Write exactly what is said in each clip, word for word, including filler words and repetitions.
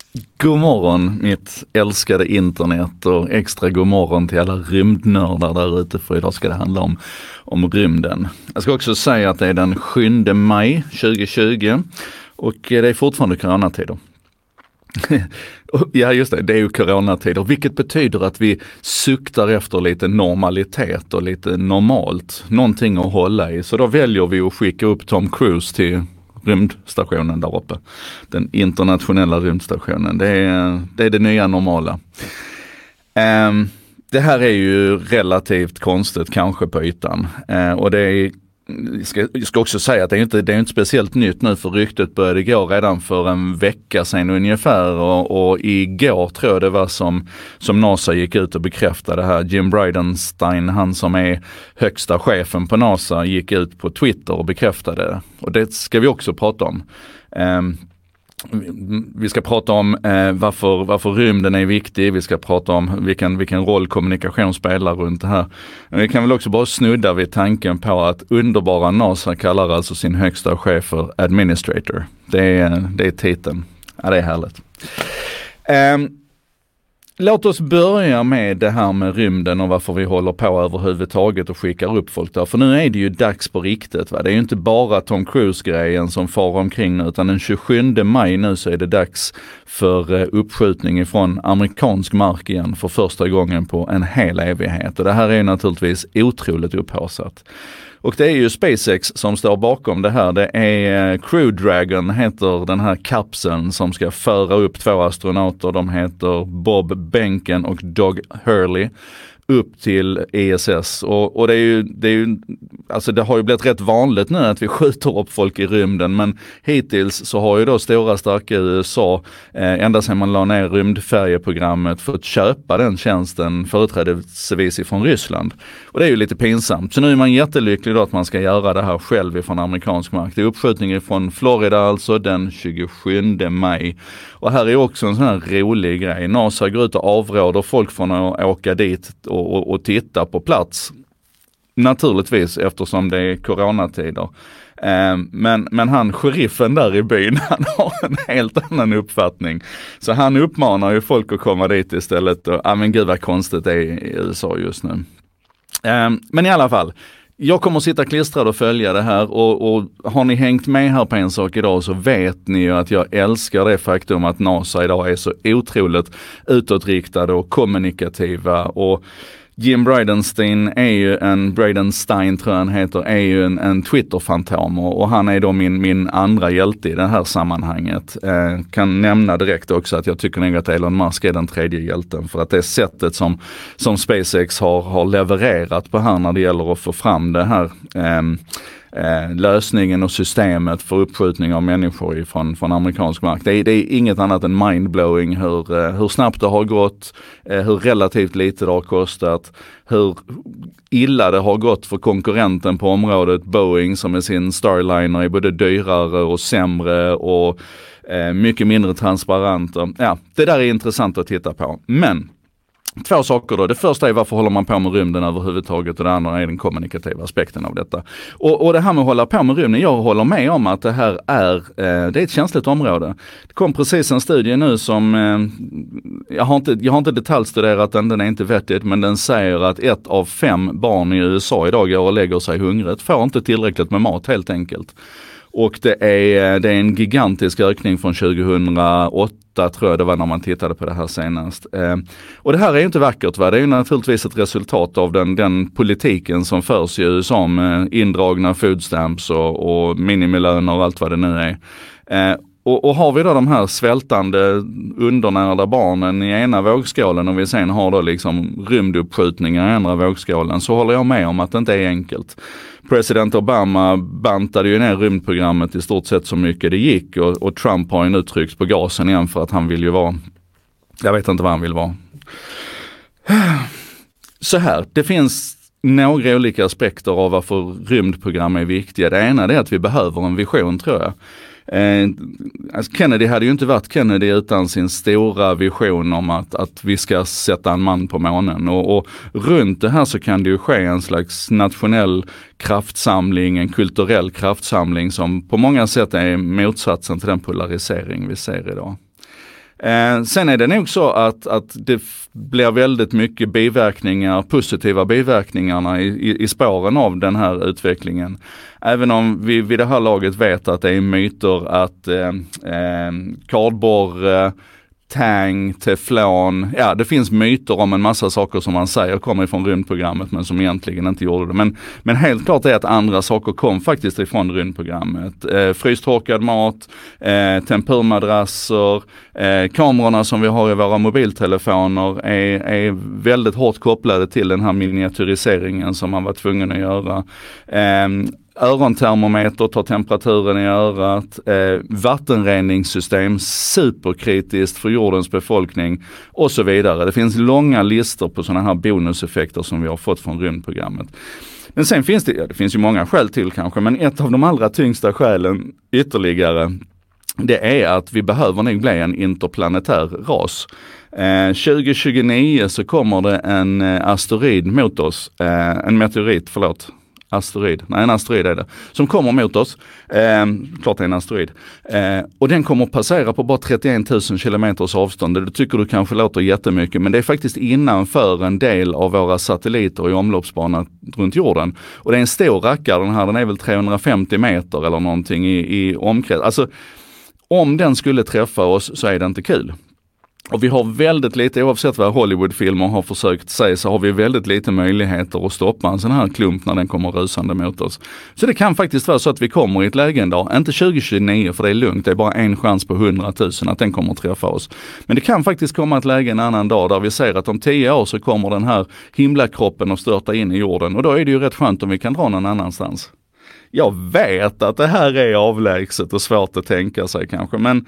God morgon mitt älskade internet och extra god morgon till alla rymdnördar där ute, för idag ska det handla om, om rymden. Jag ska också säga att det är den sjunde maj tjugohundratjugo och det är fortfarande coronatider. Ja just det, det är ju coronatider, vilket betyder att vi suktar efter lite normalitet och lite normalt, någonting att hålla i. Så då väljer vi att skicka upp Tom Cruise till rymdstationen där uppe. Den internationella rymdstationen. Det är det, är det nya normala. Um, det här är ju relativt konstigt kanske på ytan. Uh, och det är, jag ska, jag ska också säga att det är inte, det är inte speciellt nytt nu, för ryktet började gå redan för en vecka sedan ungefär. Och, och igår tror jag det var som, som NASA gick ut och bekräftade det här. Jim Bridenstine, han som är högsta chefen på NASA, gick ut på Twitter och bekräftade det. Och det ska vi också prata om. Um, Vi ska prata om eh, varför, varför rymden är viktig. Vi ska prata om vilken, vilken roll kommunikation spelar runt det här. Men vi kan väl också bara snudda vid tanken på att underbara NASA kallar alltså sin högsta chef för administrator. Det är, det är titeln. Ja, det är härligt. Um, Låt oss börja med det här med rymden och varför vi håller på överhuvudtaget och skickar upp folk där. För nu är det ju dags på riktigt. Va? Det är ju inte bara Tom Cruise-grejen som far omkring nu, utan den tjugosjunde maj nu så är det dags för uppskjutning ifrån amerikansk mark igen för första gången på en hel evighet. Och det här är naturligtvis otroligt upphaussat. Och det är ju SpaceX som står bakom det här. Det är Crew Dragon heter den här kapseln som ska föra upp två astronauter. De heter Bob Behnken och Doug Hurley upp till E S S. Och, och det är ju, det är ju, alltså det har ju blivit rätt vanligt nu att vi skjuter upp folk i rymden, men hittills så har ju då stora starka U S A eh, ända sedan man la ner rymdfärjeprogrammet fått köpa den tjänsten företrädesvis ifrån Ryssland. Och det är ju lite pinsamt. Så nu är man jättelycklig då att man ska göra det här själv ifrån amerikansk mark. Det är uppskjutning från Florida alltså den tjugosjunde maj. Och här är också en sån här rolig grej. NASA går ut och avråder folk från att åka dit och Och, och titta på plats. Naturligtvis eftersom det är coronatider. Eh, men, men han, sheriffen där i byn, han har en helt annan uppfattning. Så han uppmanar ju folk att komma dit istället. Och, ah, men gud vad konstigt det är i U S A just nu. Eh, men i alla fall. Jag kommer att sitta klistrad och följa det här och, och har ni hängt med här på en sak idag så vet ni ju att jag älskar det faktum att NASA idag är så otroligt utåtriktade och kommunikativa. Och Jim Bridenstine är ju en, Bridenstine tror jag han heter, är ju en, en Twitter-fantom och, och han är då min, min andra hjälte i det här sammanhanget. Eh, kan nämna direkt också att jag tycker nog att Elon Musk är den tredje hjälten, för att det sättet som, som SpaceX har, har levererat på här när det gäller att få fram det här eh, Eh, lösningen och systemet för uppskjutning av människor från, från amerikansk mark. Det är, det är inget annat än mindblowing hur, eh, hur snabbt det har gått, eh, hur relativt lite det har kostat, hur illa det har gått för konkurrenten på området Boeing som med sin Starliner är både dyrare och sämre och eh, mycket mindre transparent. Ja, det där är intressant att titta på. Men två saker då. Det första är varför håller man på med rymden överhuvudtaget och det andra är den kommunikativa aspekten av detta. Och, och det här med att hålla på med rymden, jag håller med om att det här är, eh, det är ett känsligt område. Det kom precis en studie nu som, eh, jag, har inte, jag har inte detaljstuderat den, den är inte vettigt, men den säger att ett av fem barn i U S A idag går och lägger sig hungret, får inte tillräckligt med mat helt enkelt. Och det är, det är en gigantisk ökning från tjugohundraåtta tror jag det var när man tittade på det här senast. Eh, och det här är ju inte vackert va? Det är ju naturligtvis ett resultat av den, den politiken som förs i U S A med indragna food stamps och, och minimilöner och allt vad det nu är. Eh, Och, och har vi då de här svältande undernärda barnen i ena vågskålen och vi sen har då liksom rymduppskjutningar i andra vågskålen, så håller jag med om att det inte är enkelt. President Obama bantade ju ner rymdprogrammet i stort sett så mycket det gick och, och Trump har ju nu tryckt på gasen igen för att han vill ju vara, jag vet inte vad han vill vara. Så här, det finns några olika aspekter av varför rymdprogram är viktiga. Det ena är att vi behöver en vision tror jag. Eh, alltså Kennedy hade ju inte varit Kennedy utan sin stora vision om att, att vi ska sätta en man på månen. Och, och runt det här så kan det ju ske en slags nationell kraftsamling, en kulturell kraftsamling som på många sätt är motsatsen till den polarisering vi ser idag. Eh, sen är det nog så att, att det f- blir väldigt mycket biverkningar, positiva biverkningarna i, i, i spåren av den här utvecklingen. Även om vi vid det här laget vet att det är myter att eh, eh, kardborre, tang, teflon, ja det finns myter om en massa saker som man säger kommer ifrån rymdprogrammet men som egentligen inte gjorde det. Men, men helt klart är att andra saker kom faktiskt ifrån rymdprogrammet. Eh, frystorkad mat, eh, tempurmadrasser, eh, kamerorna som vi har i våra mobiltelefoner är, är väldigt hårt kopplade till den här miniatyriseringen som man var tvungen att göra. Eh, Örontermometer tar temperaturen i örat, eh, vattenreningssystem, superkritiskt för jordens befolkning och så vidare. Det finns långa listor på sådana här bonuseffekter som vi har fått från rymdprogrammet. Men sen finns det, ja, det finns ju många skäl till kanske, men ett av de allra tyngsta skälen ytterligare, det är att vi behöver nog bli en interplanetär ras. Eh, tjugo tjugonio så kommer det en eh, asteroid mot oss, eh, en meteorit, förlåt. Asteroid, nej en asteroid är det, som kommer mot oss, eh, klart det är en asteroid, eh, och den kommer att passera på bara trettioen tusen kilometers avstånd. Det tycker du kanske låter jättemycket, men det är faktiskt innanför en del av våra satelliter i omloppsbanan runt jorden. Och det är en stor rackare den här, den är väl trehundrafemtio meter eller någonting i, i omkrets. Alltså om den skulle träffa oss så är det inte kul. Och vi har väldigt lite, oavsett vad Hollywoodfilmer har försökt säga, så har vi väldigt lite möjligheter att stoppa en sån här klump när den kommer rusande mot oss. Så det kan faktiskt vara så att vi kommer i ett läge en dag, inte tjugo tjugonio för det är lugnt, det är bara en chans på hundratusen att den kommer att träffa oss. Men det kan faktiskt komma ett läge en annan dag där vi ser att om tio år så kommer den här himlakroppen att störta in i jorden, och då är det ju rätt skönt om vi kan dra någon annanstans. Jag vet att det här är avlägset och svårt att tänka sig kanske, men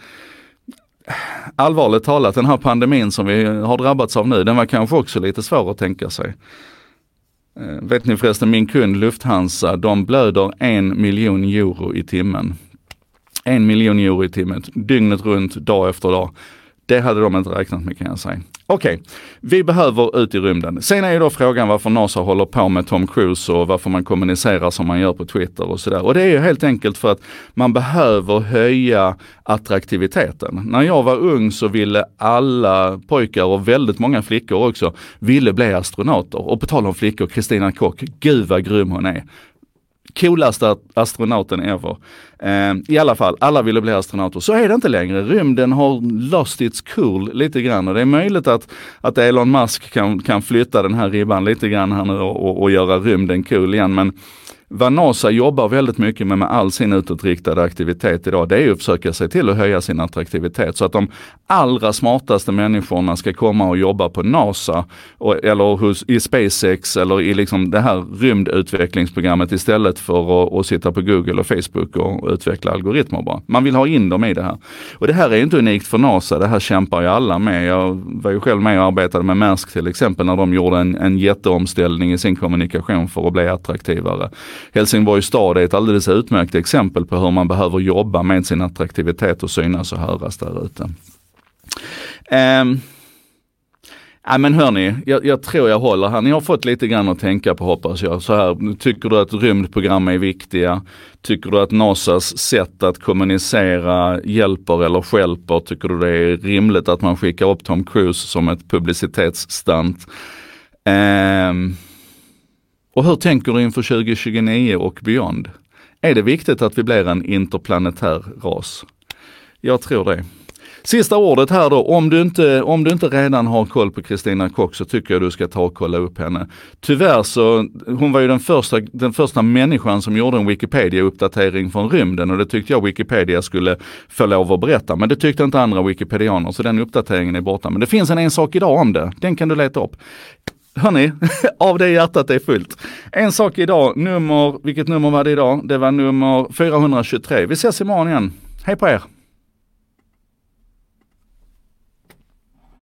allvarligt talat, den här pandemin som vi har drabbats av nu, den var kanske också lite svår att tänka sig. Eh, vet ni förresten, min kund Lufthansa, de blöder en miljon euro i timmen. En miljon euro i timmen, dygnet runt, dag efter dag. Det hade de inte räknat med, kan jag säga. Okej, okay. Vi behöver ut i rymden. Sen är ju då frågan varför NASA håller på med Tom Cruise och varför man kommunicerar som man gör på Twitter och sådär. Och det är ju helt enkelt för att man behöver höja attraktiviteten. När jag var ung så ville alla pojkar och väldigt många flickor också ville bli astronauter. Och på tal om flickor, Christina Koch, gud vad grym hon är. Coolaste astronauten ever. Eh, I alla fall, alla ville bli astronauter. Så är det inte längre. Rymden har lost its cool lite grann. Och det är möjligt att, att Elon Musk kan, kan flytta den här ribban lite grann här nu och, och, och göra rymden cool igen. Men vad NASA jobbar väldigt mycket med med all sin utåtriktade aktivitet idag, det är ju att försöka sig till att höja sin attraktivitet så att de allra smartaste människorna ska komma och jobba på NASA och, eller hos, i SpaceX eller i liksom det här rymdutvecklingsprogrammet istället för att, att sitta på Google och Facebook och utveckla algoritmer bara. Man vill ha in dem i det här. Och det här är inte unikt för NASA, det här kämpar ju alla med. Jag var ju själv med och arbetade med Maersk till exempel när de gjorde en, en jätteomställning i sin kommunikation för att bli attraktivare. Helsingborgs stad är ett alldeles utmärkt exempel på hur man behöver jobba med sin attraktivitet och synas och höras där ute. Um, ja, men hörni, jag, jag tror jag håller här. Ni har fått lite grann att tänka på, hoppas jag. Så här, tycker du att rymdprogram är viktiga? Tycker du att NASAs sätt att kommunicera hjälper eller stjälper? Tycker du det är rimligt att man skickar upp Tom Cruise som ett publicitetsstunt? Um, Och hur tänker du inför tjugo tjugonio och beyond? Är det viktigt att vi blir en interplanetär ras? Jag tror det. Sista ordet här då, om du inte, om du inte redan har koll på Christina Koch så tycker jag du ska ta och kolla upp henne. Tyvärr så, hon var ju den första, den första människan som gjorde en Wikipedia-uppdatering från rymden och det tyckte jag Wikipedia skulle få lov att berätta. Men det tyckte inte andra wikipedianer så den uppdateringen är borta. Men det finns en, en sak idag om det, den kan du leta upp. Hörrni, av det hjärtat är fullt. En sak idag, nummer, vilket nummer var det idag? Det var nummer fyrahundratjugotre. Vi ses imorgon igen. Hej på er!